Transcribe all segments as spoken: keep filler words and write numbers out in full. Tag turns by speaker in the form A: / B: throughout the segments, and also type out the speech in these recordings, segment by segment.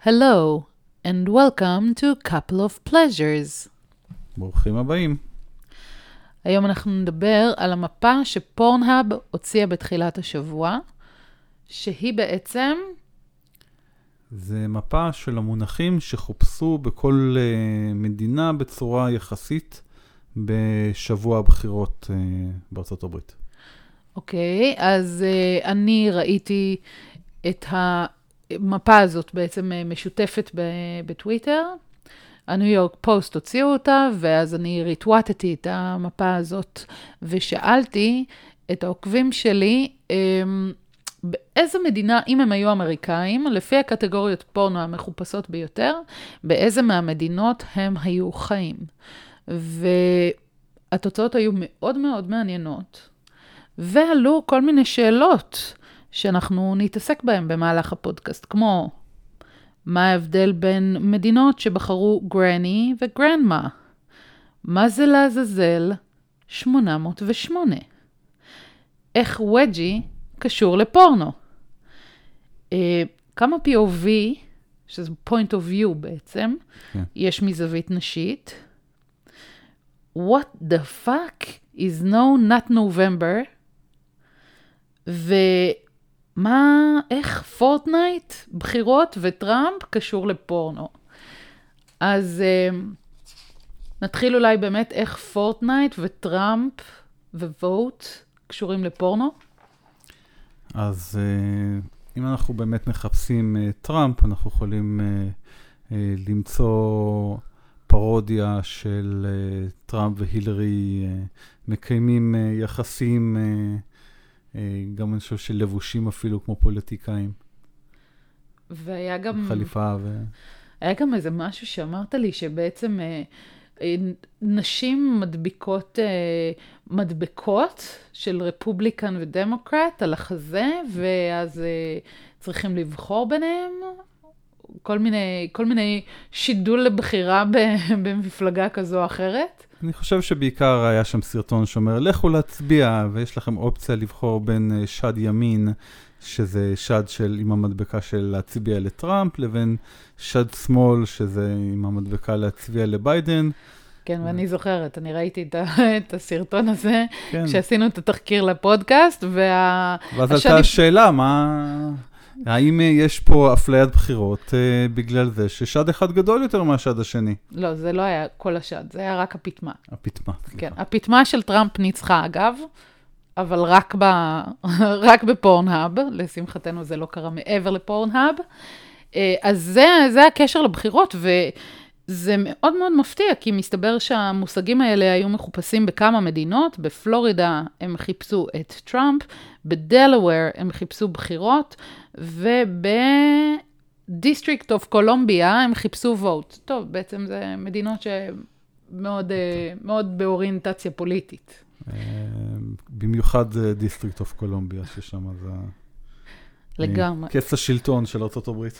A: Hello, and welcome to a couple of pleasures.
B: ברוכים הבאים.
A: היום אנחנו נדבר על המפה שפורנהאב הוציאה בתחילת השבוע, שהיא בעצם...
B: זה מפה של המונחים שחופשו בכל uh, מדינה בצורה יחסית בשבוע הבחירות uh, בארצות הברית.
A: אוקיי, okay, אז uh, אני ראיתי את המפה הזאת בעצם uh, משותפת בטוויטר. הניו יורק פוסט הוציאו אותה, ואז אני ריטווטתי את המפה הזאת, ושאלתי את העוקבים שלי, באיזה מדינה, אם הם היו אמריקאים, לפי הקטגוריות פורנו המחופשות ביותר, באיזה מהמדינות הם היו חיים. והתוצאות היו מאוד מאוד מעניינות, ועלו כל מיני שאלות שאנחנו נתעסק בהן במהלך הפודקאסט, כמו... מה ההבדל בין מדינות שבחרו גרני וגרנמה? מה זה לעזאזל שמונה מאות ושמונה? איך וג'י קשור לפורנו? אה, כמה פי או וי, שזה point of view בעצם, yeah. יש מזווית נשית. What the fuck is no not November? ו... מה, איך פורטנייט, בחירות וטראמפ קשור לפורנו? אז uh, נתחיל אולי באמת איך פורטנייט וטראמפ ווט קשורים לפורנו?
B: אז uh, אם אנחנו באמת מחפשים uh, טראמפ, אנחנו יכולים uh, uh, למצוא פרודיה של uh, טראמפ והילרי uh, מקיימים uh, יחסים... Uh, גם אני חושב של לבושים אפילו כמו פוליטיקאים.
A: והיה גם...
B: חליפה ו...
A: היה גם איזה משהו שאמרת לי שבעצם אה, נשים מדביקות אה, מדבקות של רפובליקן ודמוקרט על החזה, ואז אה, צריכים לבחור ביניהם. כל מיני, כל מיני שידול לבחירה במפלגה כזו או אחרת.
B: אני חושב שבעיקר היה שם סרטון שאומר, לכו להצביע, ויש לכם אופציה לבחור בין שד ימין, שזה שד של, עם המדבקה של להצביע לטראמפ, לבין שד שמאל, שזה עם המדבקה להצביע לביידן.
A: כן, ואני זוכרת, אני ראיתי את, את הסרטון הזה, כן. כשעשינו את התחקיר לפודקאסט, וה...
B: ואז השד... עלתה השאלה, מה... האם יש פה אפליית בחירות uh, בגלל זה ששד אחד גדול יותר מהשד השני?
A: לא, זה לא היה כל השד, זה היה רק הפתמה.
B: הפתמה.
A: כן, הפתמה של טראמפ ניצחה אגב, אבל רק, ב... רק בפורנהאב, לשמחתנו זה לא קרה מעבר לפורנהאב. Uh, אז זה, זה הקשר לבחירות, וזה מאוד מאוד מפתיע, כי מסתבר שהמושגים האלה היו מחופשים בכמה מדינות. בפלורידה הם חיפשו את טראמפ, בדלוור הם חיפשו בחירות, ובדיסטריקט אוף קולומביה הם חיפשו ווט. טוב, בעצם זה מדינות שמאוד מאוד באוריינטציה פוליטית.
B: במיוחד דיסטריקט אוף קולומביה, ששם זה...
A: לגמרי.
B: כס השלטון של ארצות הברית.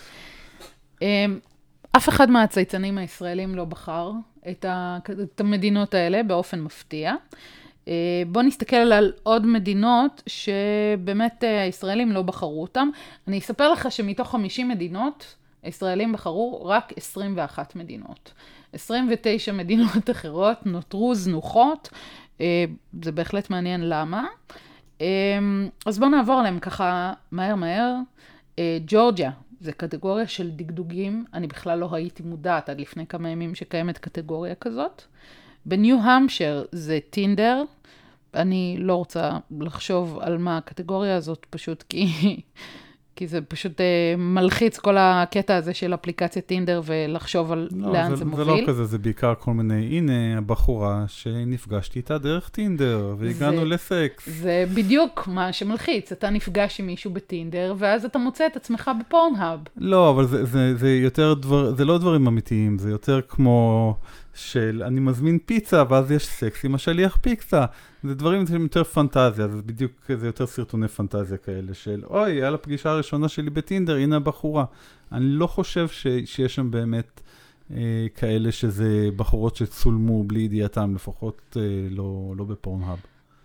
A: אף אחד מהצייצנים הישראלים לא בחר את המדינות האלה באופן מפתיע. בוא נסתכל על עוד מדינות שבאמת הישראלים לא בחרו אותם. אני אספר לך שמתוך חמישים מדינות, הישראלים בחרו רק עשרים ואחת מדינות. עשרים ותשע מדינות אחרות נותרו זנוחות. זה בהחלט מעניין למה. אז בוא נעבור עליהם ככה מהר מהר. ג'ורג'יה, זה קטגוריה של דגדוגים. אני בכלל לא הייתי מודעת עד לפני כמה ימים שקיימת קטגוריה כזאת. בניו המפשר זה טינדר. אני לא רוצה לחשוב על מה הקטגוריה הזאת, פשוט כי, כי זה פשוט אה, מלחיץ כל הקטע הזה של אפליקציה טינדר, ולחשוב על
B: לא,
A: לאן
B: זה,
A: זה מוביל.
B: זה לא כזה, זה בעיקר כל מיני, הנה הבחורה שנפגשתי איתה דרך טינדר, והגענו
A: זה,
B: לסקס.
A: זה בדיוק מה שמלחיץ. אתה נפגש עם מישהו בטינדר, ואז אתה מוצא את עצמך בפורנהאב.
B: לא, אבל זה, זה, זה יותר דבר, זה לא דברים אמיתיים, זה יותר כמו... של אני מזמין פיצה, ואז יש סקס עם השליח פיצה. זה דברים יותר פנטזיה, זה בדיוק, זה יותר סרטוני פנטזיה כאלה, של אוי, על הפגישה הראשונה שלי בטינדר, הנה הבחורה. אני לא חושב ש, שיש שם באמת אה, כאלה שזה בחורות שצולמו בלי ידיעתם, לפחות אה, לא, לא בפורנהאב.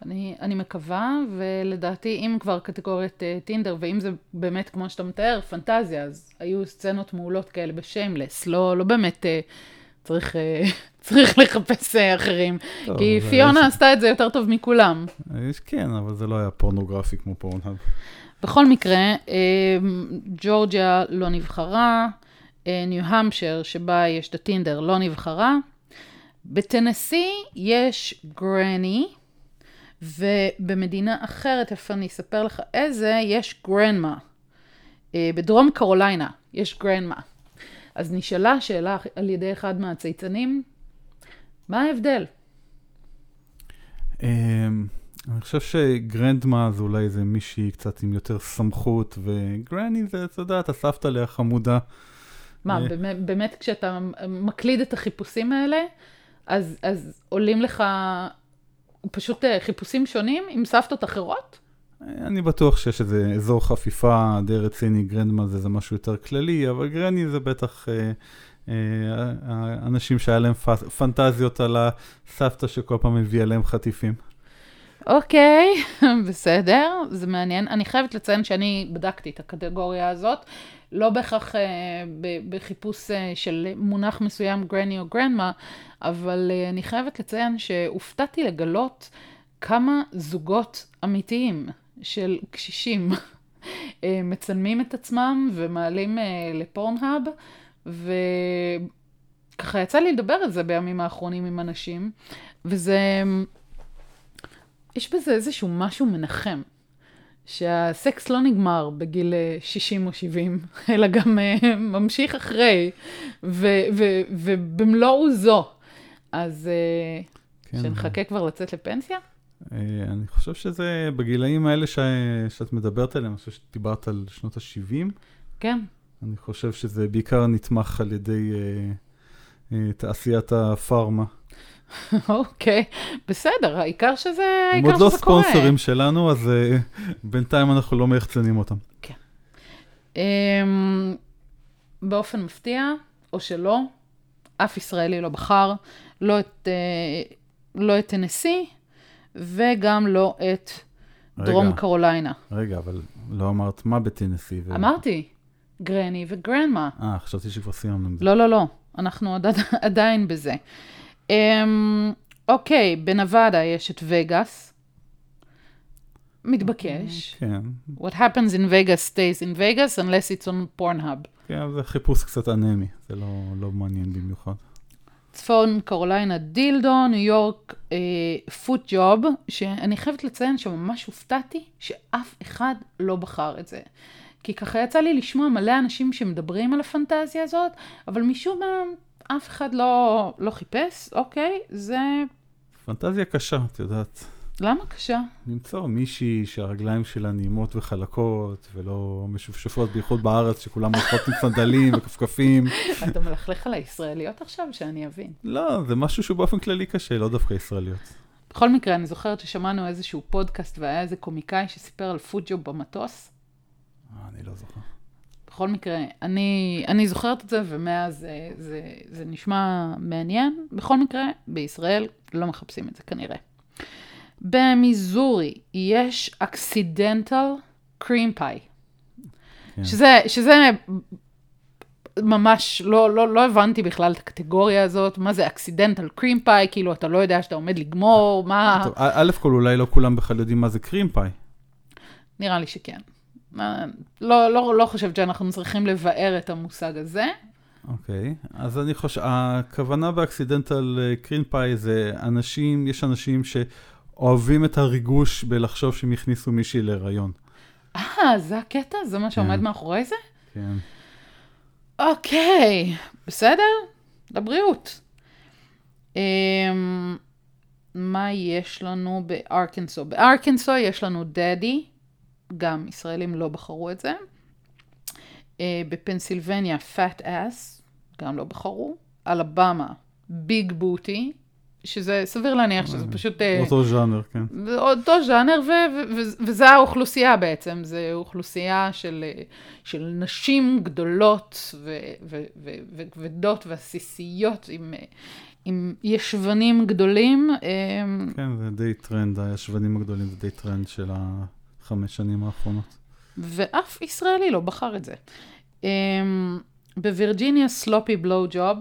A: אני, אני מקווה, ולדעתי, אם כבר קטגוריית uh, טינדר, ואם זה באמת, כמו שאתה מתאר, פנטזיה, אז היו סצנות מעולות כאלה בשיימלס, לא, לא באמת uh, צריך, uh, צריך לחפש uh, אחרים, טוב, כי פיונה יש... עשתה את זה יותר טוב מכולם.
B: יש כן, אבל זה לא היה פורנוגרפי כמו פורנהאב.
A: בכל מקרה, uh, ג'ורג'יה לא נבחרה, ניו המפשר, שבה יש את הטינדר, לא נבחרה. בטנסי יש גרני, ובמדינה אחרת, איפה אני אספר לך איזה, יש גרנמה. בדרום קרוליינה יש גרנמה. אז נשאלה שאלה על ידי אחד מהצייצנים, מה ההבדל?
B: אני חושב שגרנדמה זה אולי זה מישהי קצת עם יותר סמכות, וגרני זה, אתה יודע, אתה סבתא לה חמודה.
A: מה, באמת כשאתה מקליד את החיפושים האלה, אז, אז עולים לך פשוט חיפושים שונים עם סבתות אחרות?
B: אני בטוח שיש איזה אזור חפיפה די רציני, גרנדמה זה, זה משהו יותר כללי, אבל גרני זה בטח אה, אה, אנשים שהיה להם פנטזיות על הסבתא שכל פעם הביאה להם חטיפים.
A: אוקיי, בסדר, זה מעניין. אני חייבת לציין שאני בדקתי את הקטגוריה הזאת, לא בהכרח אה, בחיפוש אה, של מונח מסוים גרני או גרנמה, אבל אה, אני חייבת לציין שהופתעתי לגלות כמה זוגות אמיתיים של קשישים אה, מצלמים את עצמם ומעלים אה, לפורנהאב, וככה יצא לי לדבר על זה בימים האחרונים עם אנשים, וזה... יש בזה איזשהו משהו מנחם, שהסקס לא נגמר בגיל שישים או שבעים, אלא גם ממשיך אחרי, ובמלוא עוזו. אז כן. שנחכה כבר לצאת לפנסיה?
B: אני חושב שזה בגילאים האלה ש... שאת מדברת עליהם, אני חושב שדיברת על שנות ה-שבעים.
A: כן.
B: אני חושב שזה בעיקר נתמך על ידי תעשיית הפארמה.
A: אוקיי, בסדר, העיקר שזה קורה.
B: הם עוד לא ספונסרים שלנו, אז בינתיים אנחנו לא מייחצנים אותם.
A: כן. באופן מפתיע, או שלא, אף ישראלי לא בחר, לא את, לא את טנסי, וגם לא את דרום קרוליינה.
B: רגע, אבל לא אמרת מה בטנסי?
A: אמרתי, גרני וגרנמה.
B: אה, חשבתי שכבר סיימנו עם זה.
A: לא, לא, לא, אנחנו עדיין בזה. אוקיי, בנבדה יש את וגאס. מתבקש.
B: כן.
A: What happens in Vegas stays in Vegas unless it's on Pornhub.
B: כן, זה חיפוש קצת אנמי, זה לא, לא מעניין במיוחד.
A: צפון קרוליינה דילדו, ניו יורק פוט ג'וב, שאני חייבת לציין שממש הופתעתי שאף אחד לא בחר את זה. כי ככה יצא לי לשמוע מלא אנשים שמדברים על הפנטזיה הזאת, אבל משום מה אף אחד לא, לא חיפש, אוקיי, זה...
B: פנטזיה קשה, את יודעת.
A: למה קשה?
B: למצוא מישהי שהרגליים שלה נעימות וחלקות, ולא משופשפות בייחוד בארץ, שכולם הולכות עם סנדלים וכפכפים.
A: אתה מלכלך על הישראליות עכשיו, שאני אבין.
B: לא, זה משהו שהוא באופן כללי קשה, לא דווקא ישראליות.
A: בכל מקרה, אני זוכרת ששמענו איזשהו פודקאסט, והיה איזה קומיקאי שסיפר על פוטג'וב במטוס.
B: אני לא זוכר.
A: בכל מקרה, אני, אני זוכרת את זה, ומאז זה, זה, זה נשמע מעניין. בכל מקרה, בישראל לא מחפשים את זה כנראה. במיזורי יש אקסידנטל קרים פאי. שזה, שזה ממש, לא, לא, לא הבנתי בכלל את הקטגוריה הזאת, מה זה אקסידנטל קרים פאי, כאילו אתה לא יודע שאתה עומד לגמור, מה...
B: טוב, א' כל אולי לא כולם בכלל יודעים מה זה קרים פאי.
A: נראה לי שכן. לא, לא, לא חושבת שאנחנו צריכים לבאר את המושג הזה.
B: אוקיי, אז אני חושב, הכוונה באקסידנטל קרים פאי זה אנשים, יש אנשים שאוהבים את הריגוש בלחשוב שהם הכניסו מישהי להיריון.
A: אה, זה הקטע? זה מה שעומד מאחורי זה?
B: כן.
A: אוקיי, בסדר? לבריאות. מה יש לנו בארקנסו? בארקנסו יש לנו דדי, גם ישראלים לא בחרו את זה. בפנסילבניה, fat ass, גם לא בחרו. אלבמה, big booty, שזה סביר להניח שזה פשוט...
B: אותו ז'אנר, כן.
A: אותו ז'אנר, וזה האוכלוסייה בעצם, זה אוכלוסייה של, של נשים גדולות וכבדות ועסיסיות עם, עם ישבנים גדולים.
B: כן, זה די טרנד, הישבנים הגדולים זה די טרנד של החמש שנים האחרונות.
A: ואף ישראלי לא בחר את זה. בווירג'יניה סלופי בלו ג'וב,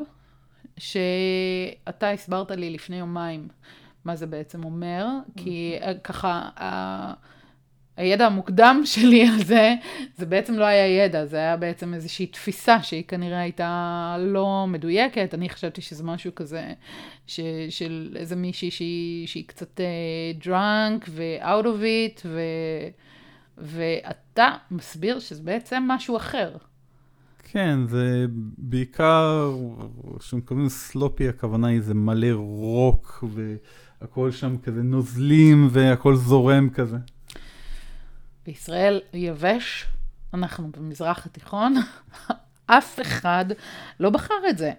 A: שאתה הסברת לי לפני יומיים מה זה בעצם אומר, כי ככה ה... הידע המוקדם שלי על זה, זה בעצם לא היה ידע, זה היה בעצם איזושהי תפיסה שהיא כנראה הייתה לא מדויקת. אני חשבתי שזה משהו כזה ש... של איזה מישהי שהיא, שהיא קצת uh, drunk ו-out of it, ו... ואתה מסביר שזה בעצם משהו אחר.
B: כן, זה בעיקר, כשמקבלים סלופי, הכוונה היא זה מלא רוק, והכל שם כזה נוזלים, והכל זורם כזה.
A: בישראל יבש, אנחנו במזרח התיכון, אף אחד לא בחר את זה.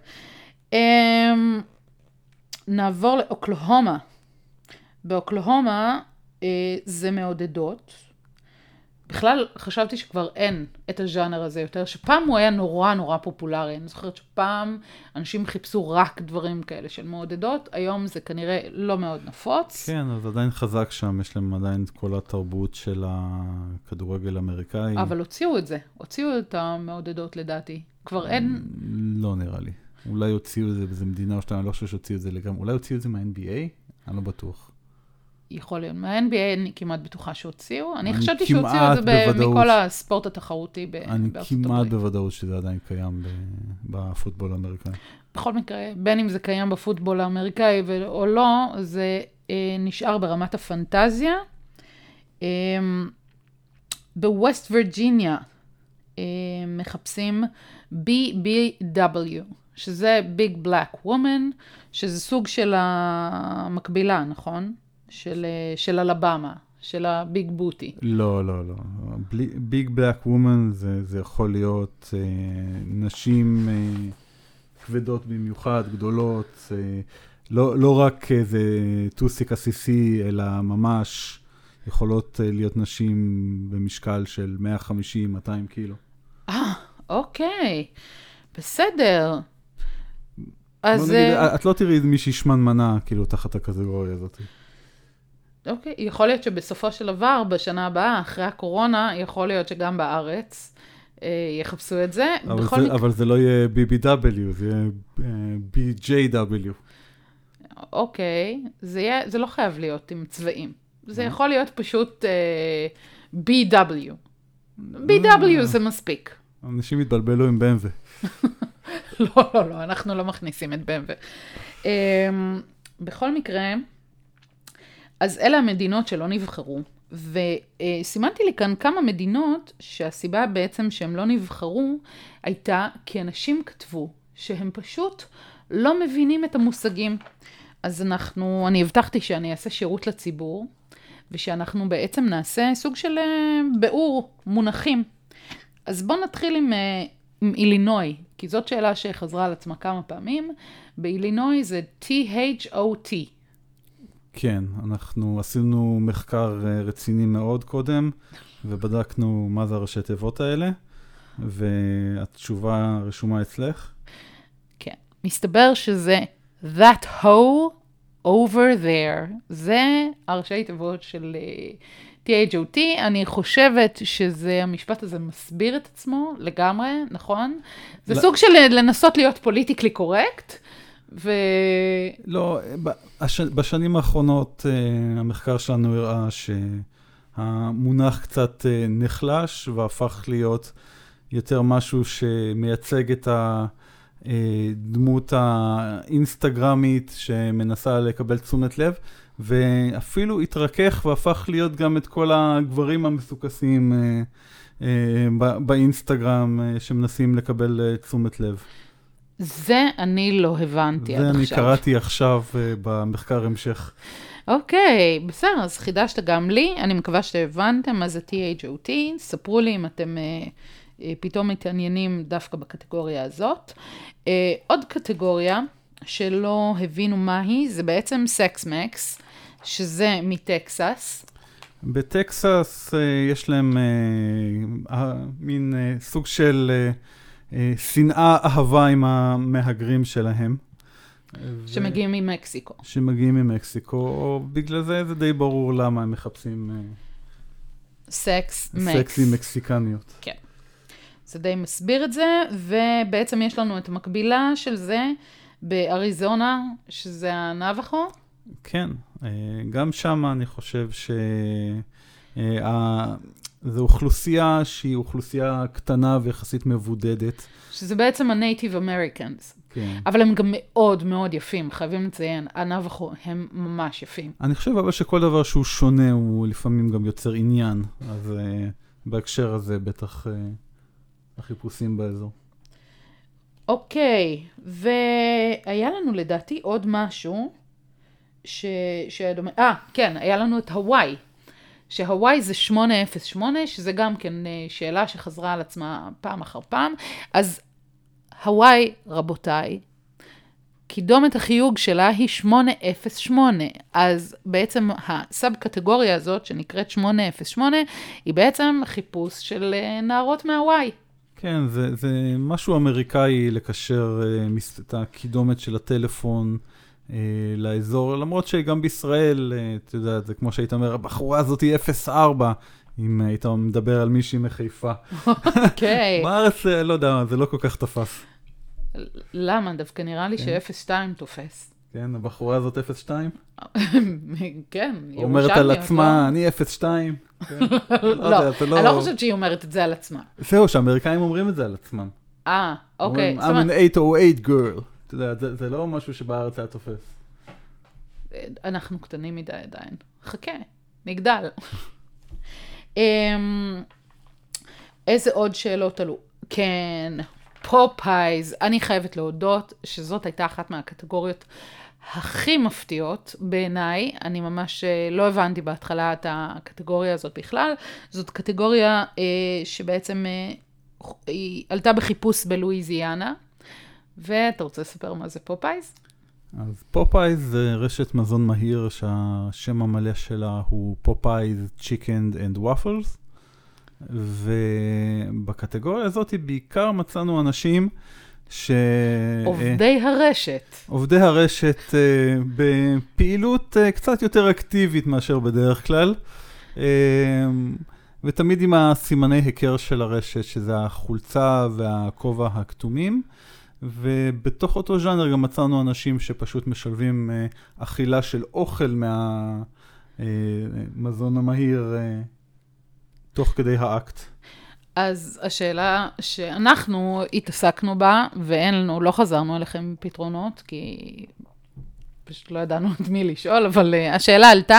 A: נעבור לאוקלהומה. באוקלהומה זה מעודדות, בכלל חשבתי שכבר אין את הז'אנר הזה יותר, שפעם הוא היה נורא נורא פופולרי. אני זוכרת שפעם אנשים חיפשו רק דברים כאלה של מעודדות, היום זה כנראה לא מאוד נפוץ.
B: כן, אז עדיין חזק שם, יש להם עדיין את כל התרבות של הכדורגל האמריקאי.
A: אבל הוציאו את זה, הוציאו את המעודדות לדעתי. כבר אין...
B: לא נראה לי. אולי הוציאו את זה באיזה מדינה או שתיים, אני לא חושב שהוציאו את זה לגמרי. אולי הוציאו את זה מה-אן בי איי? אני לא בטוח.
A: יכול להיות. מה-אן בי איי אני כמעט בטוחה שהוציאו. אני חשבתי שהוציאו את זה מכל הספורט התחרותי בארצות הברית.
B: אני כמעט בוודאות שזה עדיין קיים בפוטבול האמריקאי.
A: בכל מקרה, בין אם זה קיים בפוטבול האמריקאי או לא, זה נשאר ברמת הפנטזיה. בווסט וירג'יניה מחפשים בי בי דאבליו, שזה Big Black Woman, שזה סוג של המקבילה, נכון? של, של אלבמה, של הביג בוטי.
B: לא, לא, לא. ביג בלק וומן זה, זה יכול להיות אה, נשים אה, כבדות במיוחד, גדולות, אה, לא, לא רק איזה טוסיק עסיסי, אלא ממש יכולות אה, להיות נשים במשקל של מאה וחמישים מאתיים קילו.
A: אה, אוקיי. בסדר.
B: אז... נגיד, את לא תראי מישהי שמנמנה, כאילו, תחת הקטגוריה הזאת.
A: אוקיי, יכול להיות שבסופו של דבר, בשנה הבאה, אחרי הקורונה, יכול להיות שגם בארץ אה, יחפשו את זה.
B: אבל, זה, מק... אבל זה לא יהיה בי בי דאבליו, זה יהיה בי ג'יי דאבליו.
A: אוקיי, זה, יהיה, זה לא חייב להיות עם צבעים. זה יכול להיות פשוט אה, בי דאבליו. בי דאבליו זה מספיק.
B: אנשים התבלבלו עם בי אם דאבליו.
A: לא, לא, לא, אנחנו לא מכניסים את בי אם דאבליו. אה, בכל מקרה, אז אלה המדינות שלא נבחרו, וסימנתי לי כאן כמה מדינות שהסיבה בעצם שהם לא נבחרו, הייתה כי אנשים כתבו שהם פשוט לא מבינים את המושגים. אז אנחנו, אני הבטחתי שאני אעשה שירות לציבור, ושאנחנו בעצם נעשה סוג של ביאור מונחים. אז בואו נתחיל עם, עם אילינוי, כי זאת שאלה שחזרה על עצמה כמה פעמים. באילינוי זה טי אייץ' או טי.
B: כן, אנחנו עשינו מחקר רציני מאוד קודם, ובדקנו מה זה הראשי תיבות האלה, והתשובה רשומה אצלך.
A: כן, מסתבר שזה that hoe over there, זה הראשי תיבות של טי אייץ' או טי, אני חושבת שזה, המשפט הזה מסביר את עצמו לגמרי, נכון? זה סוג של לנסות להיות פוליטיקלי קורקט, ו...
B: לא, בשנים האחרונות המחקר שלנו הראה שהמונח קצת נחלש והפך להיות יותר משהו שמייצג את הדמות האינסטגרמית שמנסה לקבל תשומת לב, ואפילו התרכך והפך להיות גם את כל הגברים המסוכסים באינסטגרם שמנסים לקבל תשומת לב.
A: זה אני לא הבנתי עד עכשיו.
B: זה אני קראתי עכשיו במחקר המשך.
A: אוקיי, בסדר, אז חידשת גם לי. אני מקווה שהבנתם מה זה טי אייץ' או טי. ספרו לי אם אתם פתאום מתעניינים דווקא בקטגוריה הזאת. עוד קטגוריה, שלא הבינו מה היא, זה בעצם סקס-מקס, שזה מטקסס.
B: בטקסס יש להם מין סוג של שנאה אהבה עם המהגרים שלהם.
A: שמגיעים ממקסיקו.
B: שמגיעים ממקסיקו, בגלל זה זה די ברור למה הם מחפשים
A: סקס מקס.
B: סקסי מקסיקניות.
A: כן. זה די מסביר את זה, ובעצם יש לנו את המקבילה של זה באריזונה, שזה הנאבחו.
B: כן, גם שם אני חושב שזו אוכלוסייה שהיא אוכלוסייה קטנה ויחסית מבודדת.
A: שזה בעצם ה-Native Americans.
B: כן.
A: אבל הם גם מאוד מאוד יפים, חייבים לציין, הנאבחו הם ממש יפים.
B: אני חושב אבל שכל דבר שהוא שונה הוא לפעמים גם יוצר עניין, אז uh, בהקשר הזה בטח uh, החיפושים באזור.
A: אוקיי, והיה לנו לדעתי עוד משהו, ש... שדומה, אה, כן, היה לנו את הוואי, שהוואי זה שמונה אפס שמונה, שזה גם כן שאלה שחזרה על עצמה פעם אחר פעם, אז הוואי, רבותיי, קידומת החיוג שלה היא שמונה אפס שמונה, אז בעצם הסאב קטגוריה הזאת שנקראת שמונה אפס שמונה, היא בעצם חיפוש של נערות מהוואי.
B: כן, זה, זה משהו אמריקאי לקשר uh, את הקידומת של הטלפון uh, לאזור, למרות שגם בישראל, uh, אתה יודע, זה כמו שהיית אומר, הבחורה הזאת היא אפס ארבע, אם היית מדבר על מישהי מחיפה.
A: אוקיי.
B: בארץ, לא יודע, זה לא כל כך תפס.
A: למה? דווקא נראה לי ש-אפס שתיים תופס.
B: כן, הבחורה הזאת אפס שתיים?
A: כן,
B: היא אומרת על עצמה, אני אפס שתיים.
A: לא, אני לא חושבת שהיא אומרת את זה על עצמה.
B: זהו, שהאמריקאים אומרים את זה על עצמם.
A: אה, אוקיי.
B: I'm an eight oh eight girl. אתה יודע, זה לא משהו שבארץ היה תופס.
A: אנחנו קטנים מדי עדיין. חכה, נגדל. איזה עוד שאלות עלו? כן, פופאיז. אני חייבת להודות שזאת הייתה אחת מהקטגוריות הכי מפתיעות בעיניי. אני ממש לא הבנתי בהתחלה את הקטגוריה הזאת בכלל. זאת קטגוריה אה, שבעצם אה, היא עלתה בחיפוש בלואיזיאנה. ואתה רוצה לספר מה זה פופאיז?
B: אז פופאיז זה רשת מזון מהיר שהשם המלא שלה הוא פופאיז צ'יקן אנד וופלס. ובקטגוריה הזאת בעיקר מצאנו אנשים ש...
A: עובדי הרשת.
B: עובדי הרשת בפעילות קצת יותר אקטיבית מאשר בדרך כלל. ותמיד עם הסימני היכר של הרשת, שזה החולצה והכובע הכתומים. ובתוך אותו ז'אנר גם מצאנו אנשים שפשוט משלבים אכילה של אוכל מהמזון המהיר תוך כדי האקט.
A: אז השאלה שאנחנו התעסקנו בה, ואין לנו, לא חזרנו אליכם עם פתרונות, כי פשוט לא ידענו את מי לשאול, אבל השאלה עלתה,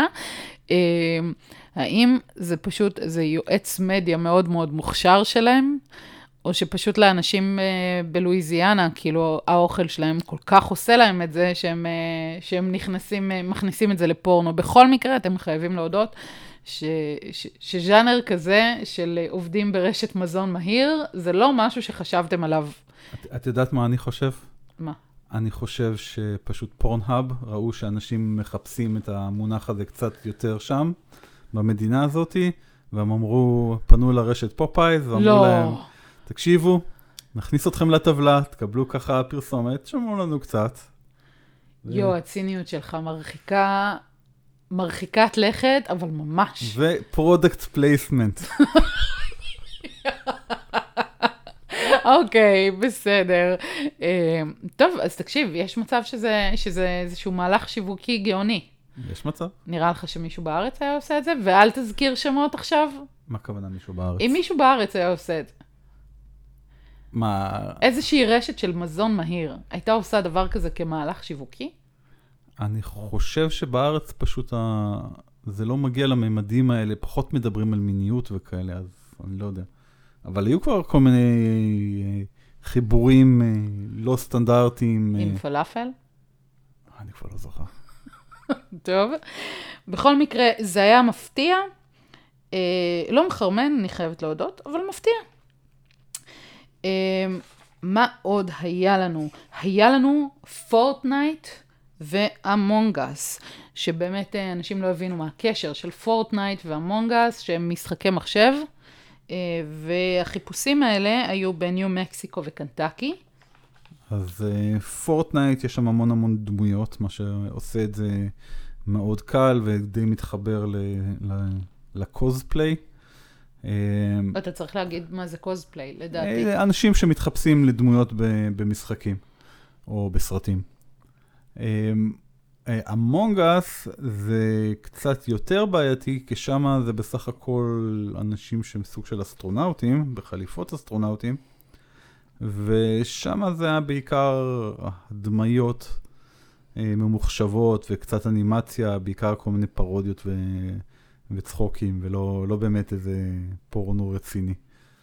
A: האם זה פשוט איזה יועץ מדיה מאוד מאוד מוכשר שלהם, או שפשוט לאנשים בלואיזיאנה, כאילו האוכל שלהם כל כך עושה להם את זה, שהם, שהם נכנסים, מכניסים את זה לפורנו. בכל מקרה, אתם חייבים להודות, ש, ש, שז'אנר כזה של עובדים ברשת מזון מהיר, זה לא משהו שחשבתם עליו.
B: את, את יודעת מה אני חושב?
A: מה?
B: אני חושב שפשוט פורנהאב ראו שאנשים מחפשים את המונח הזה קצת יותר שם, במדינה הזאת, והם אמרו, פנו לרשת פופאיז, ואמרו
A: לא.
B: להם, תקשיבו, נכניס אתכם לטבלה, תקבלו ככה פרסומת, שמעו לנו קצת.
A: יו, הציניות שלך מרחיקה, מרחיקת לכת, אבל ממש.
B: ופרודקט פלייסמנט.
A: אוקיי, בסדר. טוב, אז תקשיב, יש מצב שזה, שזה איזשהו מהלך שיווקי גאוני.
B: יש מצב.
A: נראה לך שמישהו בארץ היה עושה את זה, ואל תזכיר שמות עכשיו.
B: מה הכוונה מישהו בארץ?
A: אם מישהו בארץ היה עושה את זה.
B: מה?
A: איזושהי רשת של מזון מהיר, הייתה עושה דבר כזה כמהלך שיווקי?
B: אני חושב שבארץ פשוט ה... זה לא מגיע לממדים האלה, פחות מדברים על מיניות וכאלה, אז אני לא יודע. אבל היו כבר כל מיני חיבורים לא סטנדרטיים.
A: עם פלאפל?
B: אני כבר לא זוכר.
A: טוב. בכל מקרה, זה היה מפתיע. לא מחרמן, אני חייבת להודות, אבל מפתיע. מה עוד היה לנו? היה לנו פורטנייט ואמונג אס, שבאמת אנשים לא הבינו מה הקשר של פורטנייט ואמונג אס, שהם משחקי מחשב, והחיפושים האלה היו בניו מקסיקו וקנטקי.
B: אז פורטנייט יש שם המון המון דמויות, מה שעושה את זה מאוד קל ודי מתחבר לקוזפליי.
A: אתה צריך להגיד מה זה קוזפליי, לדעתי.
B: אנשים שמתחפשים לדמויות במשחקים או בסרטים. אמונג אס זה קצת יותר בעייתי, כי שמה זה בסך הכל אנשים שהם סוג של אסטרונאוטים, בחליפות אסטרונאוטים, ושמה זה היה בעיקר דמיות ממוחשבות וקצת אנימציה, בעיקר כל מיני פרודיות ו... וצחוקים, ולא לא באמת איזה פורנו רציני.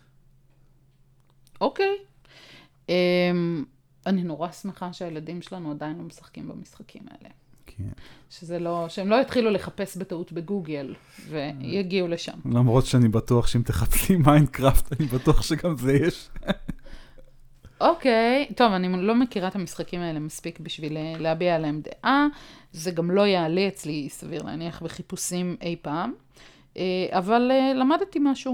A: אוקיי. Um, אני נורא שמחה שהילדים שלנו עדיין לא משחקים במשחקים האלה.
B: כן.
A: שזה לא, שהם לא יתחילו לחפש בטעות בגוגל, ויגיעו לשם.
B: למרות שאני בטוח שאם תחפשי מיינקראפט, אני בטוח שגם זה יש.
A: אוקיי, טוב, אני לא מכירה את המשחקים האלה מספיק בשביל להביע עליהם דעה. זה גם לא יעלה אצלי, סביר להניח, בחיפושים אי פעם. אבל למדתי משהו.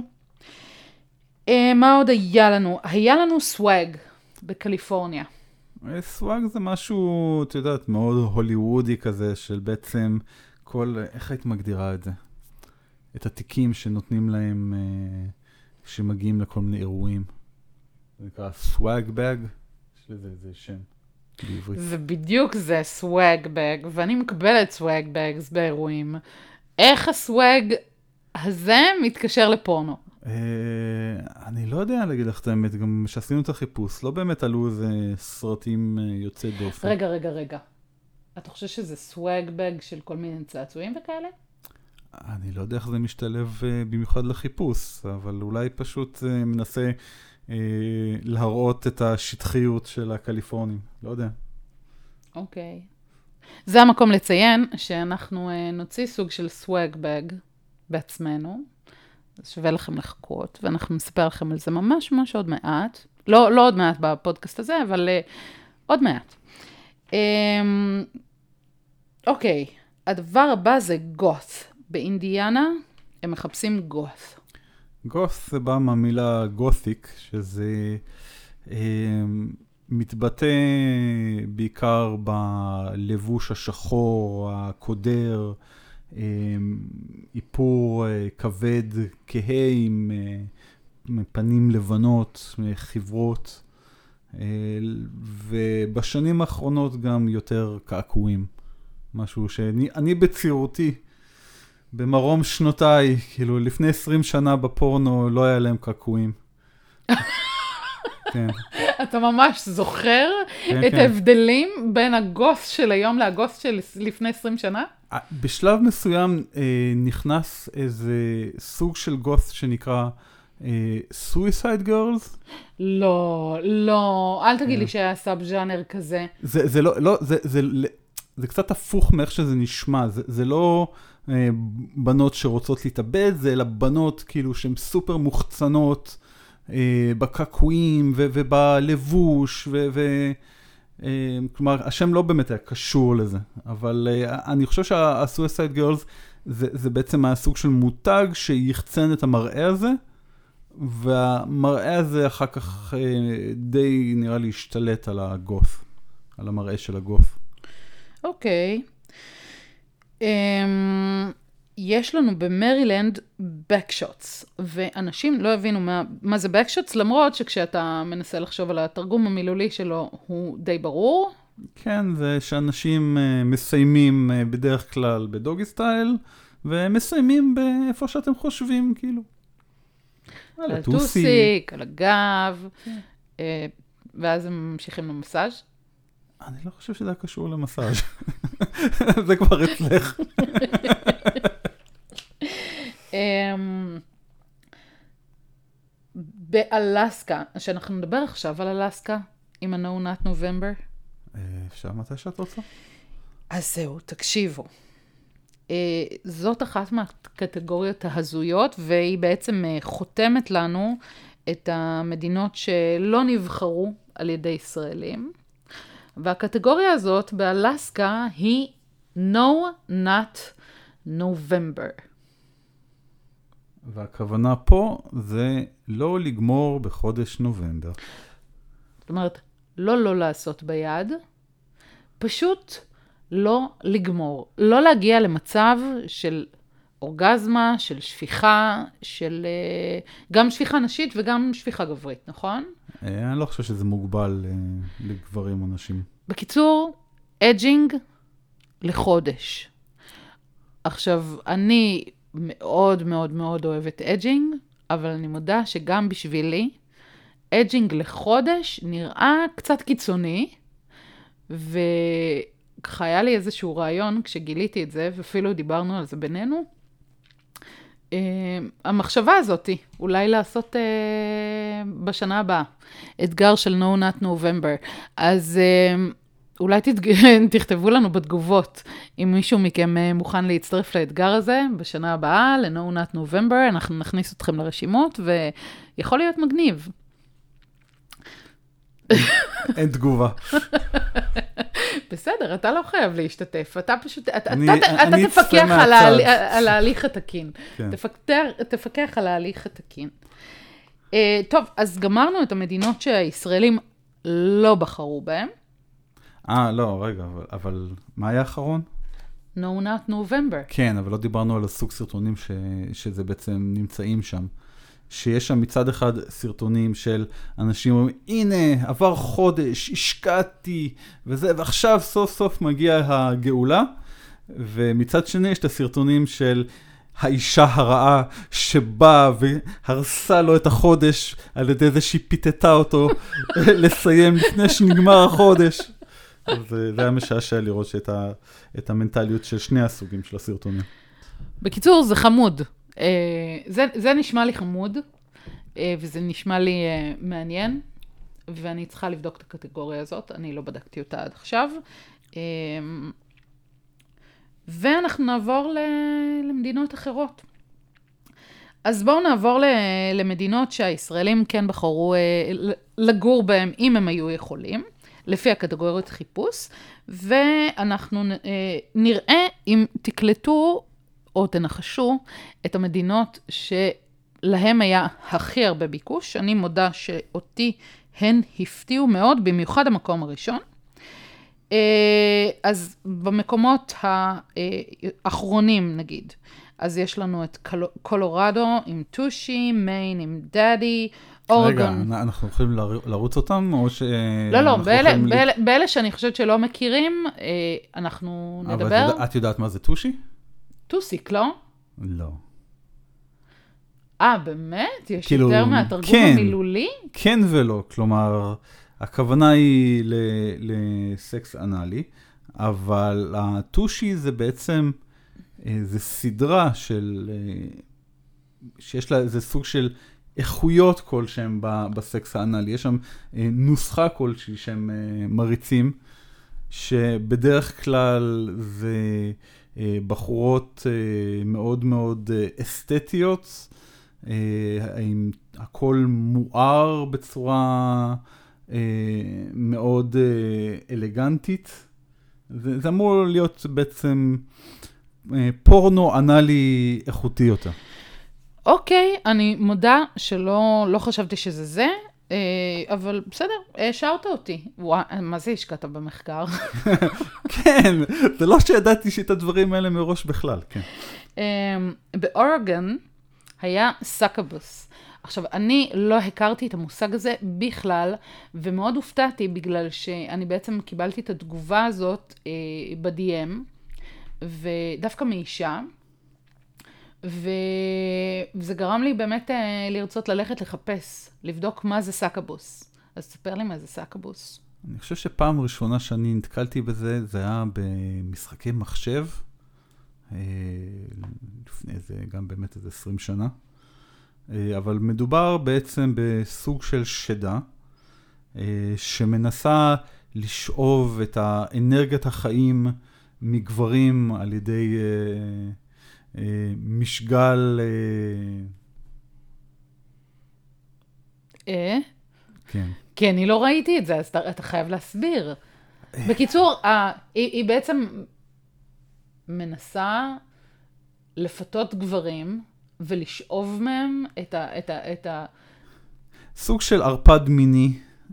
A: מה עוד היה לנו? היה לנו סוואג בקליפורניה.
B: סוואג זה משהו, את יודעת, מאוד הוליוודי כזה, של בעצם כל, איך היית מגדירה את זה? את התיקים שנותנים להם, שמגיעים לכל מיני אירועים. זה נקרא סוואג בג, יש לזה איזה שם בעברית.
A: ובדיוק זה סוואג בג, ואני מקבלת סוואג בגס באירועים. איך הסוואג הזה מתקשר לפורנו?
B: אני לא יודע להגיד לך את האמת, גם שעשינו את החיפוש, לא באמת עלו איזה סרטים יוצאי דופן.
A: רגע, רגע, רגע. אתה חושב שזה סוואג בג של כל מיני צעצועים וכאלה?
B: אני לא יודע איך זה משתלב במיוחד לחיפוש, אבל אולי פשוט מנסה להראות את השטחיות של הקליפורנים, לא יודע.
A: אוקיי. זה המקום לציין שאנחנו נוציא סוג של סוואג בג בעצמנו, אז שווה לכם לחכות, ואנחנו נספר לכם על זה ממש ממש עוד מעט. לא, לא עוד מעט בפודקאסט הזה, אבל uh, עוד מעט. Um, אוקיי, הדבר הבא זה גות. באינדיאנה הם מחפשים גות.
B: גות זה בא מהמילה גותיק, שזה אה, מתבטא בעיקר בלבוש השחור, הקודר, איפור כבד כהה עם פנים לבנות, חברות, ובשנים האחרונות גם יותר קעקועים. משהו שאני אני בצירותי, במרום שנותיי, כאילו לפני עשרים שנה בפורנו לא היה להם קעקועים. כן.
A: אתה ממש זוכר
B: כן,
A: את
B: כן.
A: ההבדלים בין הגוס של היום לגוס של לפני עשרים שנה?
B: בשלב מסוים אה, נכנס איזה סוג של גוס שנקרא אה, Suicide Girls.
A: לא, לא, אל תגיד לי שהיה סאב ז'אנר כזה.
B: זה, זה לא, לא, זה, זה, זה, זה קצת הפוך מאיך שזה נשמע, זה, זה לא אה, בנות שרוצות להתאבד, זה אלא בנות כאילו שהן סופר מוחצנות, אה, בקעקועים ו- ובלבוש, ו- ו- אה, כלומר, השם לא באמת היה קשור לזה, אבל אה, אני חושב שה-Suicide Girls זה, זה בעצם הסוג של מותג שיחצן את המראה הזה, והמראה הזה אחר כך אה, די נראה לי השתלט על הגוף, על המראה של הגוף.
A: אוקיי. אמ... יש לנו במרילנד backshots, ואנשים לא הבינו מה, מה זה backshots, למרות שכשאתה מנסה לחשוב על התרגום המילולי שלו, הוא די ברור.
B: כן, זה שאנשים uh, מסיימים uh, בדרך כלל בדוגי סטייל, ומסיימים באיפה שאתם חושבים, כאילו.
A: על הטוסיק, על הגב, כן. uh, ואז הם ממשיכים למסאז'.
B: אני לא חושב שזה היה קשור למסאז'. זה כבר אצלך.
A: באלסקה, שאנחנו נדבר עכשיו על אלסקה, עם ה-No Nut November.
B: אפשר מתי שאת רוצה?
A: אז זהו, תקשיבו. זאת אחת מהקטגוריות ההזויות, והיא בעצם חותמת לנו את המדינות שלא נבחרו על ידי ישראלים, והקטגוריה הזאת באלסקה היא No Nut November.
B: והכוונה פה זה לא לגמור בחודש נובמבר.
A: זאת אומרת, לא לא לעשות ביד, פשוט לא לגמור. לא להגיע למצב של אורגזמה, של שפיכה, של גם שפיכה נשית וגם שפיכה גברית, נכון?
B: אני לא חושב שזה מוגבל לגברים או נשים.
A: בקיצור, אג'ינג לחודש. עכשיו, אני מאוד מאוד מאוד אוהבת אג'ינג, אבל אני מודה שגם בשבילי, אג'ינג לחודש נראה קצת קיצוני, וככה היה לי איזשהו רעיון כשגיליתי את זה, ואפילו דיברנו על זה בינינו. Uh, המחשבה הזאת, אולי לעשות uh, בשנה הבאה, אתגר של No Nut November. אז uh, אולי תתג... תכתבו לנו בתגובות, אם מישהו מכם uh, מוכן להצטרף לאתגר הזה בשנה הבאה, ל-No Nut November, אנחנו נכניס אתכם לרשימות, ויכול להיות מגניב.
B: אין תגובה.
A: בסדר, אתה לא חייב להשתתף, אתה פשוט, אתה,
B: אני,
A: אתה,
B: אני
A: אתה תפקח על, ההל, על ההליך התקין.
B: כן.
A: תפקח, תפקח על ההליך התקין. Uh, טוב, אז גמרנו את המדינות שהישראלים לא בחרו בהן.
B: אה, לא, רגע, אבל, אבל מה היה האחרון?
A: No Nut November.
B: כן, אבל לא דיברנו על הסוג סרטונים ש, שזה בעצם נמצאים שם. שיש שם מצד אחד סרטונים של אנשים אומרים, הנה, עבר חודש, השקעתי, וזה, ועכשיו סוף סוף מגיעה הגאולה, ומצד שני יש את הסרטונים של האישה הרעה שבאה והרסה לו את החודש על ידי זה שהיא פיתתה אותו לסיים לפני שנגמר החודש. אז זה היה משעשע לראות שאת ה, את המנטליות של שני הסוגים של הסרטונים.
A: בקיצור, זה חמוד. זה, זה נשמע לי חמוד, וזה נשמע לי מעניין, ואני צריכה לבדוק את הקטגוריה הזאת, אני לא בדקתי אותה עד עכשיו. ואנחנו נעבור למדינות אחרות. אז בואו נעבור למדינות שהישראלים כן בחרו לגור בהם, אם הם היו יכולים, לפי הקטגוריות חיפוש, ואנחנו נראה אם תקלטו או תנחשו את המדינות שלהם היה הכי הרבה ביקוש. אני מודה שאותי הן הפתיעו מאוד, במיוחד המקום הראשון. אז במקומות האחרונים נגיד, אז יש לנו את קולורדו עם טושי, מיין עם דאדי, אורגון.
B: רגע, אנחנו יכולים לרוץ אותם או ש...
A: לא, לא, באלה שאני חושבת שלא מכירים, אנחנו נדבר.
B: אבל את יודעת מה זה טושי?
A: טוסיק, לא?
B: לא.
A: אה, באמת? יש
B: כאילו,
A: יותר מהתרגום
B: כן,
A: המילולי?
B: כן ולא, כלומר, הכוונה היא לסקס אנלי, אבל הטושי זה בעצם, זה סדרה של, שיש לה איזה סוג של איכויות כלשהם בסקס האנלי. יש שם נוסחה כלשהי שהם מריצים, שבדרך כלל זה בחורות מאוד מאוד אסתטיות, עם הכל מואר בצורה מאוד אלגנטית. זה, זה אמור להיות בעצם פורנו אנלי איכותי יותר.
A: אוקיי, אני מודה שלא לא חשבתי שזה זה, אבל בסדר, השארת אותי. וואו, מה זה השקעת במחקר?
B: כן, זה לא שידעתי שאת הדברים האלה מראש בכלל, כן.
A: באורגון היה סאקבוס. עכשיו, אני לא הכרתי את המושג הזה בכלל, ומאוד הופתעתי בגלל שאני בעצם קיבלתי את התגובה הזאת אה, ב-די אם, ודווקא מאישה, ו... וזה גרם לי באמת אה, לרצות ללכת לחפש, לבדוק מה זה סאקבוס. אז תספר לי מה זה סאקבוס.
B: אני חושב שפעם ראשונה שאני נתקלתי בזה, זה היה במשחקי מחשב, אה, לפני זה גם באמת איזה עשרים שנה. אבל מדובר בעצם בסוג של שדה, שמנסה לשאוב את האנרגיית החיים מגברים על ידי משגל...
A: אה?
B: כן.
A: כי אני לא ראיתי את זה, אז אתה, אתה חייב להסביר. בקיצור, ה, היא, היא בעצם מנסה לפתות גברים ולשאוב מהם את ה... את ה, את ה...
B: סוג של ערפד מיני.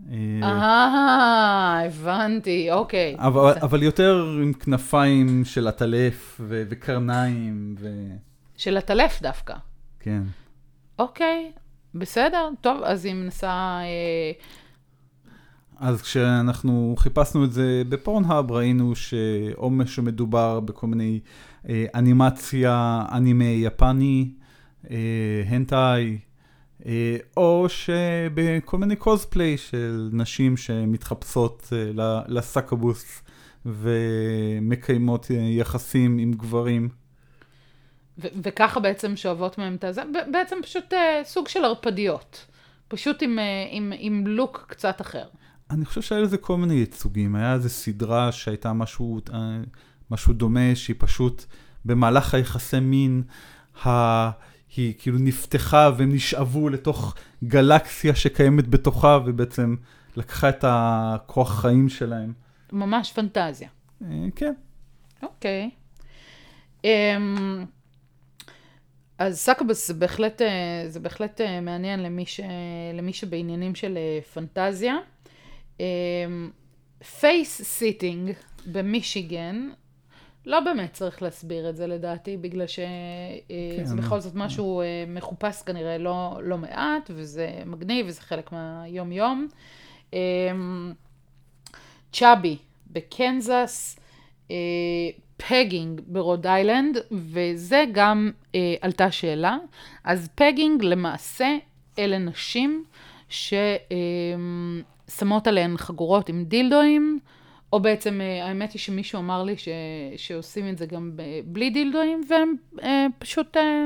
A: אה, הבנתי, אוקיי.
B: אבל, אבל יותר עם כנפיים של עטלף ו- וקרניים. ו...
A: של הטלף דווקא.
B: כן.
A: אוקיי, בסדר, טוב, אז היא מנסה... אה...
B: אז כשאנחנו חיפשנו את זה בפורנהאב, ראינו שאו שמדובר בכל מיני אה, אנימציה, אנימי יפני, אה, הנטאי, אה, או שבכל מיני קוספליי של נשים שמתחפשות אה, לסקבוס ומקיימות יחסים עם גברים.
A: ו- וככה בעצם שואבות מהם את זה, בעצם פשוט אה, סוג של הרפדיות, פשוט עם, אה, עם, עם לוק קצת אחר.
B: אני חושב שהיה לזה כל מיני ייצוגים, היה איזו סדרה שהייתה משהו, משהו דומה, שהיא פשוט במהלך היחסי מין, ה... היא כאילו נפתחה והם נשאבו לתוך גלקסיה שקיימת בתוכה, ובעצם לקחה את הכוח חיים שלהם.
A: ממש פנטזיה.
B: כן.
A: אוקיי. אז סקבוס זה בהחלט, זה בהחלט מעניין למי, ש... למי שבעניינים של פנטזיה. פייס סיטינג במישיגן, לא באמת צריך להסביר את זה לדעתי, בגלל שזה בכל זאת משהו מחופש כנראה לא, לא מעט, וזה מגניב, וזה חלק מהיום יום. צ'אבי בקנזס, פגינג ברוד איילנד, וזה גם עלתה שאלה. אז פגינג למעשה אלה נשים ש... שמות עליהן חגורות עם דילדואים, או בעצם האמת היא שמישהו אמר לי ש, שעושים את זה גם בלי דילדואים, והם אה, פשוט אה,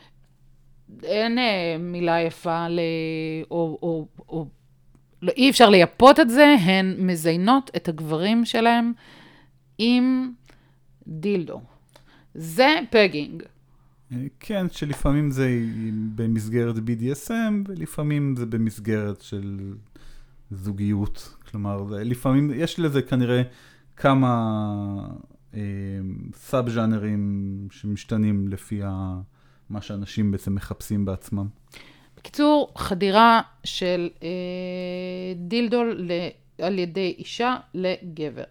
A: אין אה, מילה יפה, ל, או, או, או לא, אי אפשר לייפות את זה, הן מזיינות את הגברים שלהם עם דילדו. זה פגינג.
B: כן, שלפעמים זה במסגרת בי די אס אם, ולפעמים זה במסגרת של... זוגיות, כלומר, לפעמים יש לזה כנראה כמה אה, סאב-ז'אנרים שמשתנים לפי ה, מה שאנשים בעצם מחפשים בעצמם.
A: בקיצור, חדירה של אה, דילדו ל, על ידי אישה לגבר.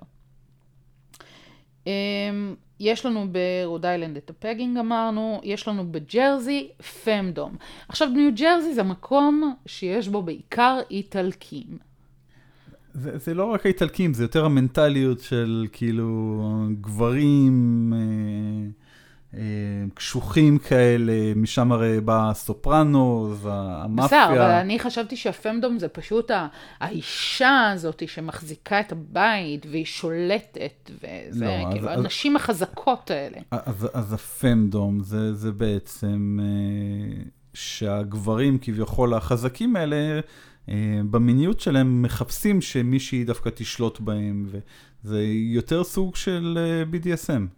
A: אה, יש לנו ברוד איילנד את הפגינג אמרנו, יש לנו בג'רזי פמדום. עכשיו, ניו ג'רזי זה מקום שיש בו בעיקר איטלקים.
B: זה, זה לא רק האיטלקים, זה יותר המנטליות של כאילו גברים אה, אה, קשוחים כאלה, משם הרי בא סופרנו, המאפיה.
A: בסדר, אבל אני חשבתי שהפמדום זה פשוט האישה הזאת שמחזיקה את הבית והיא שולטת, וזה לא, כאילו אז, הנשים אז, החזקות האלה.
B: אז, אז הפמדום זה, זה בעצם אה, שהגברים כביכול החזקים האלה, במיניות שלהם מחפשים שמישהי דווקא תשלוט בהם, וזה יותר סוג של בי די אס אם.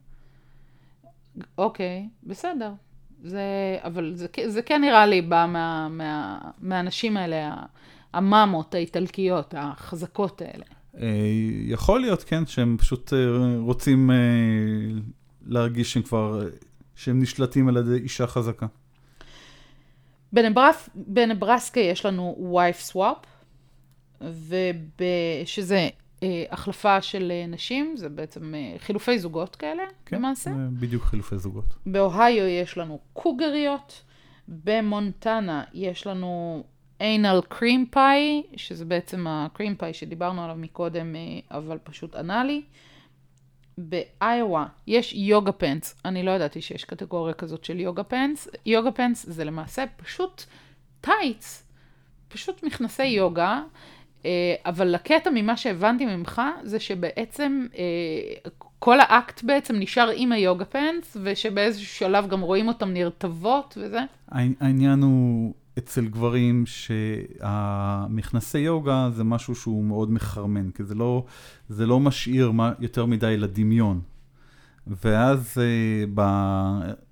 A: אוקיי, בסדר. זה, אבל זה, זה כן נראה לי בא מה, מה, מהאנשים האלה, המאמות האיטלקיות, החזקות האלה.
B: יכול להיות, כן, שהם פשוט רוצים להרגיש שהם כבר, שהם נשלטים על ידי אישה חזקה.
A: בנברס, בנברסקה יש לנו וייף סוואפ, שזה אה, החלפה של נשים, זה בעצם אה, חילופי זוגות כאלה,
B: כן,
A: למעשה.
B: כן, בדיוק חילופי זוגות.
A: באוהיו יש לנו קוגריות, במונטנה יש לנו אנל קרים פאי, שזה בעצם הקרים פאי שדיברנו עליו מקודם, אה, אבל פשוט אנלי. באיואה יש יוגה פנס, אני לא ידעתי שיש קטגוריה כזאת של יוגה פנס. יוגה פנס זה למעשה פשוט טייץ, פשוט מכנסי יוגה, אבל לקטע ממה שהבנתי ממך זה שבעצם כל האקט בעצם נשאר עם היוגה פנס, ושבאיזשהו שלב גם רואים אותם נרטבות וזה.
B: העניין הוא אצל גברים שהמכנסי יוגה זה משהו שהוא מאוד מחרמן, כי זה לא, זה לא משאיר יותר מדי לדמיון. ואז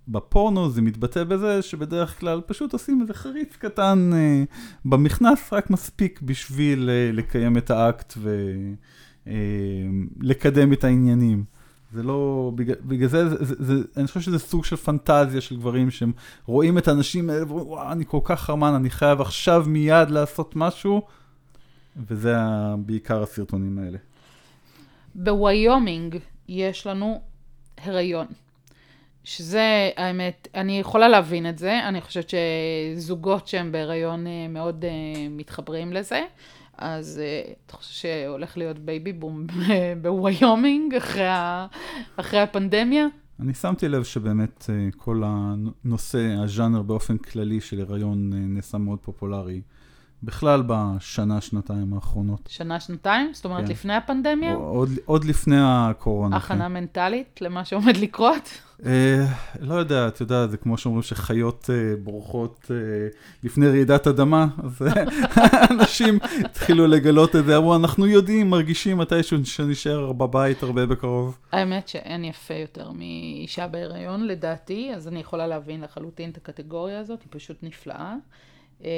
B: בפורנו זה מתבטא בזה שבדרך כלל פשוט עושים איזה חריץ קטן אה, במכנס, רק מספיק בשביל אה, לקיים את האקט ולקדם אה, את העניינים. זה לא, בגלל, בגלל זה, זה, זה, זה, אני חושב שזה סוג של פנטזיה של גברים שהם רואים את האנשים האלה ואומרים, וואו, אני כל כך חרמן, אני חייב עכשיו מיד לעשות משהו, וזה בעיקר הסרטונים האלה.
A: בוויומינג יש לנו הריון, שזה, האמת, אני יכולה להבין את זה, אני חושבת שזוגות שהם בהיריון מאוד מתחברים לזה, אז אתה חושב שהולך להיות בייבי בום בוויומינג אחרי, אחרי הפנדמיה?
B: אני שמתי לב שבאמת כל הנושא, הז'אנר באופן כללי של הריון נעשה מאוד פופולרי. בכלל בשנה, שנתיים האחרונות.
A: שנה, שנתיים? זאת אומרת, כן. לפני הפנדמיה?
B: עוד, עוד לפני הקורונה.
A: הכנה כן. מנטלית למה שעומד לקרות?
B: אה, לא יודע, אתה יודע, זה כמו שאומרים שחיות אה, בורחות אה, לפני רעידת אדמה, אז אנשים התחילו לגלות את זה, אמרו, אנחנו יודעים, מרגישים מתישהו שנשאר בבית הרבה בקרוב.
A: האמת שאין יפה יותר מאישה בהיריון, לדעתי, אז אני יכולה להבין לחלוטין את הקטגוריה הזאת, היא פשוט נפלאה. אה,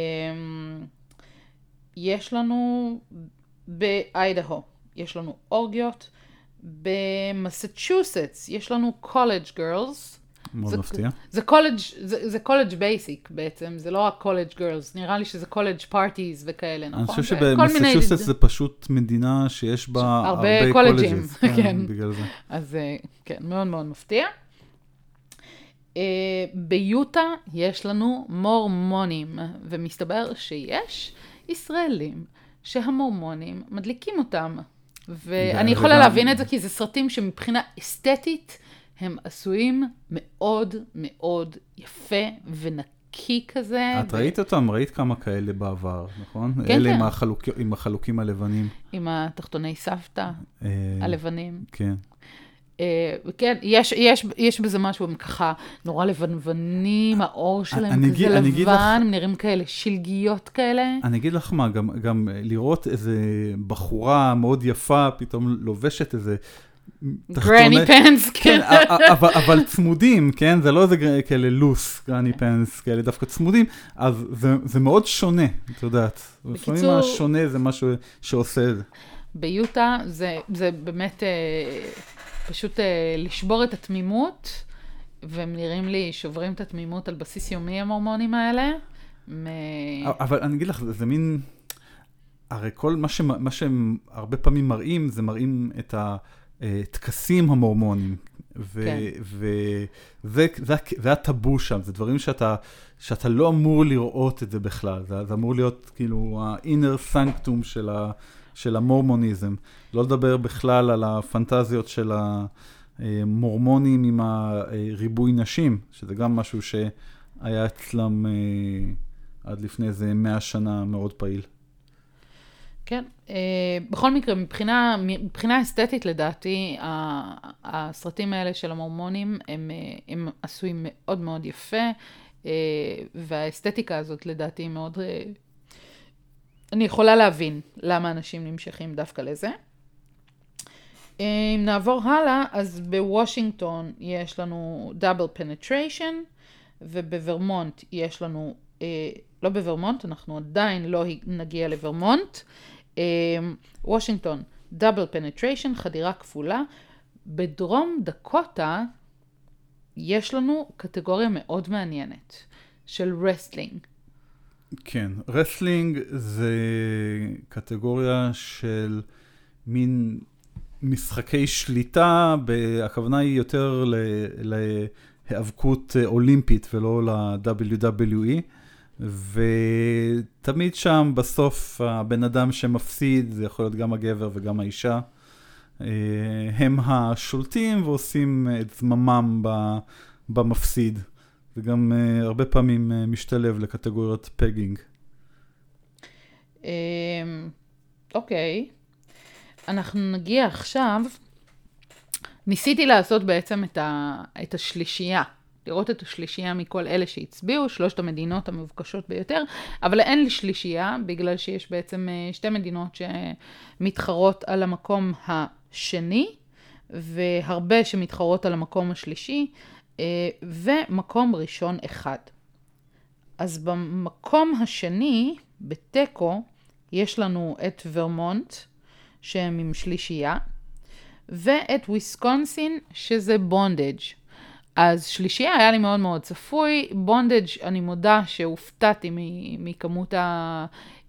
A: יש לנו באיידהו, יש לנו אורגיות, במסצ'וסטס יש לנו קולג' גרלס.
B: מאוד מפתיע.
A: זה קולג' זה, זה קולג' בייסיק בעצם, זה לא רק קולג' גרלס, נראה לי שזה קולג' פארטיז וכאלה, נכון?
B: אני חושב שבמסצ'וסטס זה פשוט מדינה שיש בה הרבה קולג'ים.
A: כן,
B: בגלל זה.
A: אז כן, מאוד מאוד מפתיע. ביוטה יש לנו מורמונים, ומסתבר שיש ישראלים שהמורמונים מדליקים אותם. ואני יכולה להבין את זה כי זה סרטים שמבחינה אסתטית הם עשויים מאוד מאוד יפה ונקי כזה.
B: את ראית אותם? ראית כמה כאלה בעבר, נכון?
A: כן,
B: אלה
A: כן.
B: עם החלוק- עם החלוקים הלבנים.
A: עם התחתוני סבתא הלבנים.
B: כן.
A: כן, יש, יש, יש בזה משהו, הם ככה נורא לבנוונים, האור שלהם כזה לבן, הם נראים כאלה שלגיות כאלה.
B: אני אגיד לך מה, גם, גם לראות איזה בחורה מאוד יפה, פתאום לובשת איזה
A: גרני פנס,
B: כן, אבל, אבל צמודים, כן? זה לא איזה כאלה לוס, גרני פנס, כאלה דווקא צמודים, אז זה, זה מאוד שונה, את יודעת. בקיצור, לפעמים השונה זה משהו שעושה את זה.
A: ביוטה זה, זה באמת... פשוט uh, לשבור את התמימות, והם נראים לי שוברים את התמימות על בסיס יומי המורמונים האלה. מ...
B: אבל אני אגיד לך, זה, זה מין, הרי כל מה, שמה, מה שהם הרבה פעמים מראים, זה מראים את התקסים המורמונים, ו, כן. וזה זה, זה הטבו שם, זה דברים שאתה, שאתה לא אמור לראות את זה בכלל, זה, זה אמור להיות כאילו ה-inner sanctum של ה... של המורמוניזם. לא לדבר בכלל על הפנטזיות של המורמונים עם הריבוי נשים, שזה גם משהו שהיה אצלם עד לפני איזה מאה שנה מאוד פעיל.
A: כן. בכל מקרה, מבחינה, מבחינה אסתטית לדעתי, הסרטים האלה של המורמונים הם, הם עשויים מאוד מאוד יפה, והאסתטיקה הזאת לדעתי מאוד... אני יכולה להבין למה אנשים נמשכים דווקא לזה. אם נעבור הלאה, אז בוושינגטון יש לנו דאבל פנטריישן, ובוורמונט יש לנו, אה, לא בוורמונט, אנחנו עדיין לא נגיע לוורמונט. אה, וושינגטון, דאבל פנטריישן, חדירה כפולה. בדרום דקוטה יש לנו קטגוריה מאוד מעניינת של רסטלינג.
B: כן, רסלינג זה קטגוריה של מין משחקי שליטה, הכוונה היא יותר להיאבקות אולימפית ולא ל-דאבליו דאבליו אי, ותמיד שם בסוף הבן אדם שמפסיד, זה יכול להיות גם הגבר וגם האישה, הם השולטים ועושים את זממם במפסיד. זה גם uh, הרבה פעמים uh, משתלב לקטגוריות פגינג.
A: אוקיי. אנחנו נגיע עכשיו, ניסיתי לעשות בעצם את, ה, את השלישייה, לראות את השלישייה מכל אלה שהצביעו, שלושת המדינות המבוקשות ביותר, אבל אין לי שלישייה, בגלל שיש בעצם uh, שתי מדינות שמתחרות על המקום השני, והרבה שמתחרות על המקום השלישי, ומקום ראשון אחד. אז במקום השני, בטקו, יש לנו את ורמונט, שהם עם שלישייה, ואת וויסקונסין, שזה בונדג'. אז שלישייה היה לי מאוד מאוד צפוי, בונדג' אני מודה שהופתעתי מכמות, ה,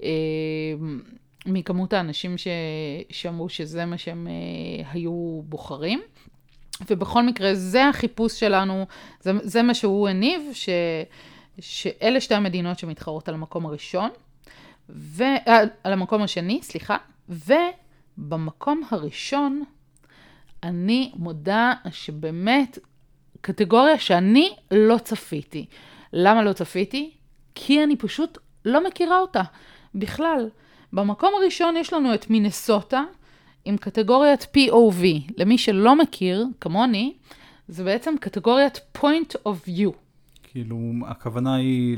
A: מכמות האנשים שאמרו שזה מה שהם היו בוחרים. ובכל מקרה, זה החיפוש שלנו, זה, זה מה שהוא הניב, ש, שאלה שתי המדינות שמתחרות על המקום הראשון, ו, על המקום השני, סליחה, ובמקום הראשון, אני מודה שבאמת, קטגוריה שאני לא צפיתי. למה לא צפיתי? כי אני פשוט לא מכירה אותה בכלל. במקום הראשון יש לנו את מינסוטה, עם קטגוריית פי או וי. למי שלא מכיר, כמוני, זה בעצם קטגוריית point of view.
B: כאילו, הכוונה היא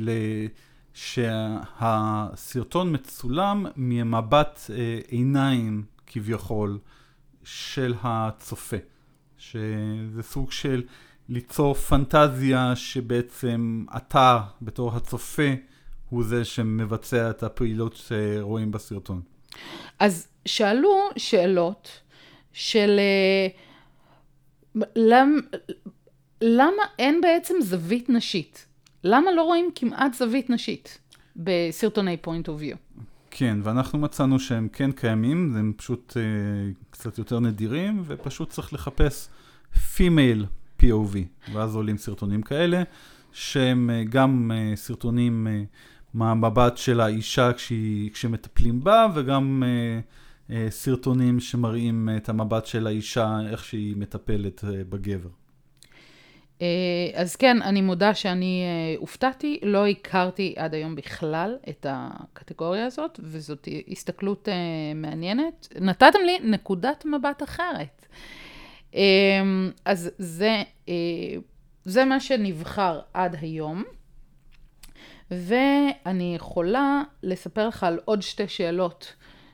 B: שהסרטון מצולם ממבט עיניים כביכול של הצופה. שזה סוג של ליצור פנטזיה שבעצם אתה בתור הצופה הוא זה שמבצע את הפעילות שרואים בסרטון.
A: אז שאלו שאלות של למ, למה אין בעצם זווית נשית? למה לא רואים כמעט זווית נשית בסרטוני point of view?
B: כן, ואנחנו מצאנו שהם כן קיימים, הם פשוט אה, קצת יותר נדירים, ופשוט צריך לחפש female פי או וי, ואז עולים סרטונים כאלה, שהם אה, גם אה, סרטונים אה, מהמבט של האישה כשהיא, כשמטפלים בה, וגם אה, אה, סרטונים שמראים את המבט של האישה, איך שהיא מטפלת אה, בגבר.
A: אז כן, אני מודה שאני הופתעתי, לא הכרתי עד היום בכלל את הקטגוריה הזאת, וזאת הסתכלות מעניינת. נתתם לי נקודת מבט אחרת. אז זה, זה מה שנבחר עד היום, ואני יכולה לספר לך על עוד שתי שאלות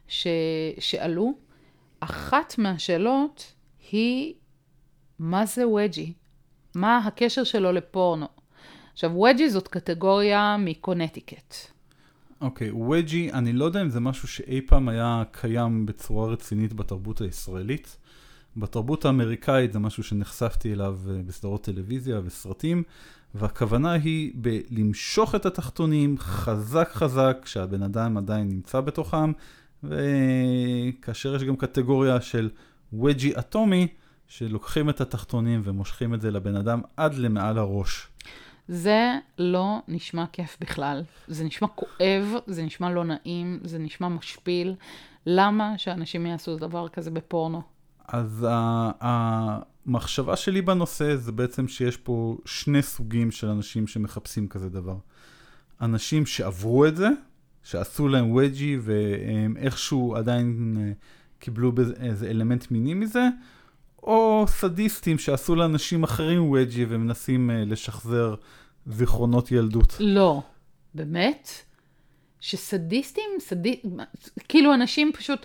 A: ששאלו. אחת מהשאלות היא, מה זה וג'י? מה הקשר שלו לפורנו? עכשיו, וג'י זאת קטגוריה מקונטיקט.
B: אוקיי, וג'י, אני לא יודע אם זה משהו שאי פעם היה קיים בצורה רצינית בתרבות הישראלית. בתרבות האמריקאית זה משהו שנחשפתי אליו בסדרות טלוויזיה וסרטים, והכוונה היא בלמשוך את התחתונים חזק חזק, שהבן אדם עדיין נמצא בתוכם, וכאשר יש גם קטגוריה של וג'י אטומי, שלוקחים את התחתונים ומושכים את זה לבן אדם עד למעל הראש.
A: זה לא נשמע כיף בכלל. זה נשמע כואב, זה נשמע לא נעים, זה נשמע משפיל. למה שאנשים יעשו דבר כזה בפורנו?
B: אז המחשבה שלי בנושא זה בעצם שיש פה שני סוגים של אנשים שמחפשים כזה דבר. אנשים שעברו את זה, שעשו להם וג'י והם איכשהו עדיין קיבלו איזה אלמנט מיני מזה, או סדיסטים שעשו לאנשים אחרים וג'י ומנסים לשחזר זיכרונות ילדות.
A: לא, באמת? שסדיסטים, סדי... כאילו אנשים פשוט,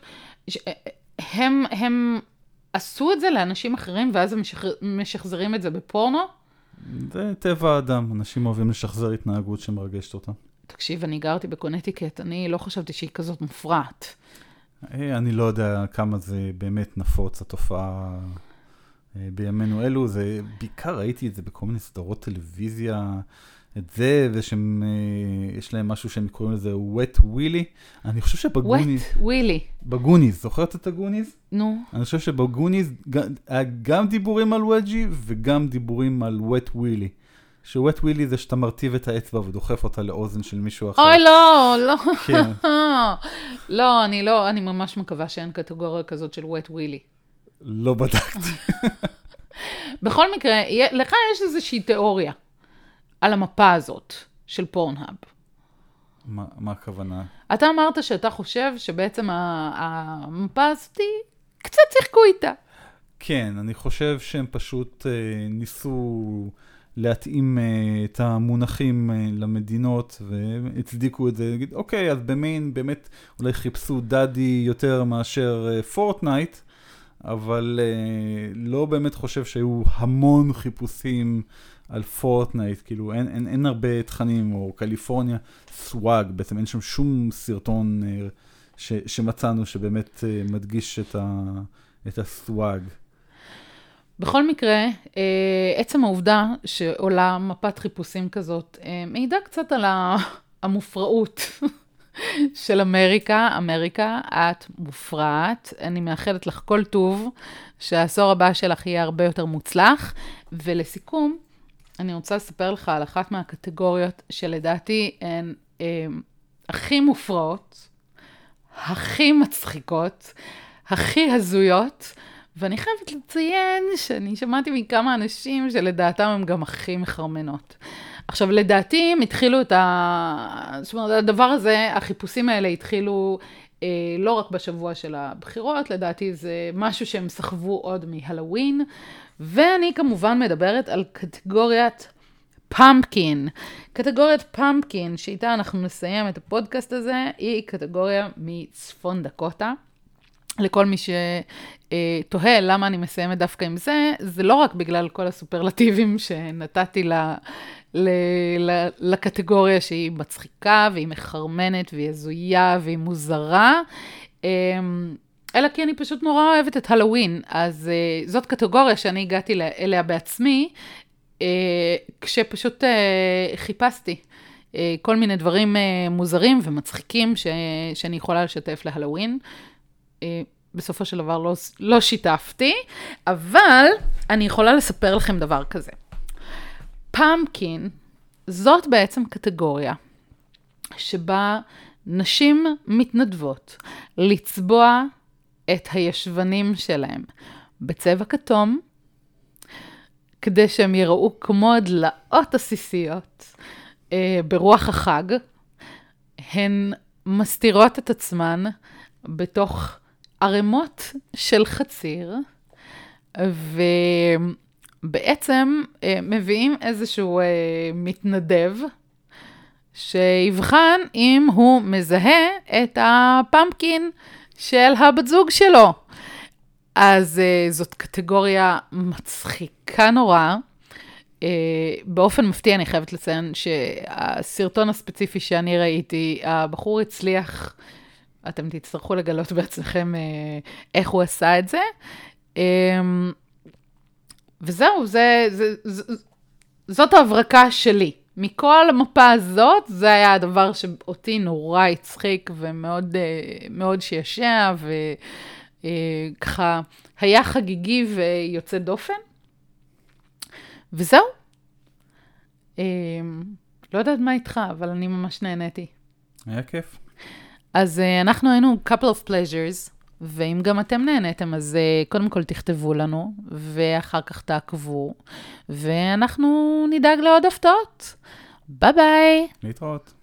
A: הם, הם עשו את זה לאנשים אחרים ואז הם משחזר... משחזרים את זה בפורנו?
B: זה טבע האדם, אנשים אוהבים לשחזר התנהגות שמרגשת אותה.
A: תקשיב, אני גרתי בקונטיקט, אני לא חשבתי שהיא כזאת מופרעת.
B: אני לא יודע כמה זה באמת נפוץ, התופעה בימינו אלו. זה, בעיקר ראיתי את זה בכל מיני סדרות טלוויזיה, את זה, ויש להם משהו שהם קוראים לזה wet willy. אני חושב שבגוניז...
A: wet willy.
B: בגוניז, זוכרת את הגוניז?
A: נו.
B: אני חושב שבגוניז היה גם דיבורים על וג'י וגם דיבורים על wet willy. ש-wet willy זה שאתה מרטיב את האצבע ודוחף אותה לאוזן של מישהו אחר.
A: אוי, לא, לא.
B: כן.
A: לא, אני לא, אני ממש מקווה שאין קטגוריה כזאת של wet willy.
B: לא בדקתי.
A: בכל מקרה, לך יש איזושהי תיאוריה על המפה הזאת של פורנהאב.
B: מה, מה הכוונה?
A: אתה אמרת שאתה חושב שבעצם המפה הזאת קצת שיחקו איתה.
B: כן, אני חושב שהם פשוט אה, ניסו להתאים אה, את המונחים אה, למדינות, והצדיקו את זה. נגיד, אוקיי, אז במין באמת אולי חיפשו דאדי יותר מאשר אה, פורטנייט, אבל uh, לא באמת חושב שהיו המון חיפושים על פורטנייט, כאילו אין, אין, אין הרבה תכנים, או קליפורניה, סוואג, בעצם אין שם שום סרטון uh, ש, שמצאנו שבאמת uh, מדגיש את, ה, את הסוואג.
A: בכל מקרה, עצם העובדה שעולה מפת חיפושים כזאת, מעידה קצת על המופרעות של אמריקה. אמריקה, את מופרעת. אני מאחלת לך כל טוב, שהעשור הבא שלך יהיה הרבה יותר מוצלח. ולסיכום, אני רוצה לספר לך על אחת מהקטגוריות שלדעתי הן הכי מופרעות, הכי מצחיקות, הכי הזויות, ואני חייבת לציין שאני שמעתי מכמה אנשים שלדעתם הם גם הכי מחרמנות. עכשיו, לדעתי הם התחילו את ה... זאת אומרת, הדבר הזה, החיפושים האלה התחילו אה, לא רק בשבוע של הבחירות, לדעתי זה משהו שהם סחבו עוד מהלווין, ואני כמובן מדברת על קטגוריית פמפקין. קטגוריית פמפקין, שאיתה אנחנו נסיים את הפודקאסט הזה, היא קטגוריה מצפון דקוטה. לכל מי שתוהה למה אני מסיימת דווקא עם זה, זה לא רק בגלל כל הסופרלטיבים שנתתי ל, ל, ל, לקטגוריה שהיא מצחיקה, והיא מחרמנת, והיא הזויה, והיא מוזרה, אלא כי אני פשוט נורא אוהבת את הלווין. אז זאת קטגוריה שאני הגעתי אליה בעצמי, כשפשוט חיפשתי כל מיני דברים מוזרים ומצחיקים ש, שאני יכולה לשתף להלווין. בסופו של דבר לא, לא שיתפתי, אבל אני יכולה לספר לכם דבר כזה. פמפקין, זאת בעצם קטגוריה שבה נשים מתנדבות לצבוע את הישבנים שלהם בצבע כתום, כדי שהם יראו כמו דלאות עסיסיות אה, ברוח החג. הן מסתירות את עצמן בתוך ערימות של חציר, ובעצם מביאים איזשהו מתנדב, שיבחן אם הוא מזהה את הפמפקין של הבת זוג שלו. אז זאת קטגוריה מצחיקה נורא. באופן מפתיע אני חייבת לציין שהסרטון הספציפי שאני ראיתי, הבחור הצליח, אתם תצטרכו לגלות בעצמכם איך הוא עשה את זה. וזהו, זה, זה, זה, זאת ההברקה שלי. מכל המפה הזאת, זה היה הדבר שאותי נורא הצחיק ומאוד מאוד שישע, וככה היה חגיגי ויוצא דופן. וזהו. לא יודעת מה איתך, אבל אני ממש נהניתי.
B: היה כיף.
A: אז uh, אנחנו היינו couple of pleasures, ואם גם אתם נהניתם, אז uh, קודם כל תכתבו לנו, ואחר כך תעקבו, ואנחנו נדאג לעוד הפתעות. ביי ביי.
B: להתראות.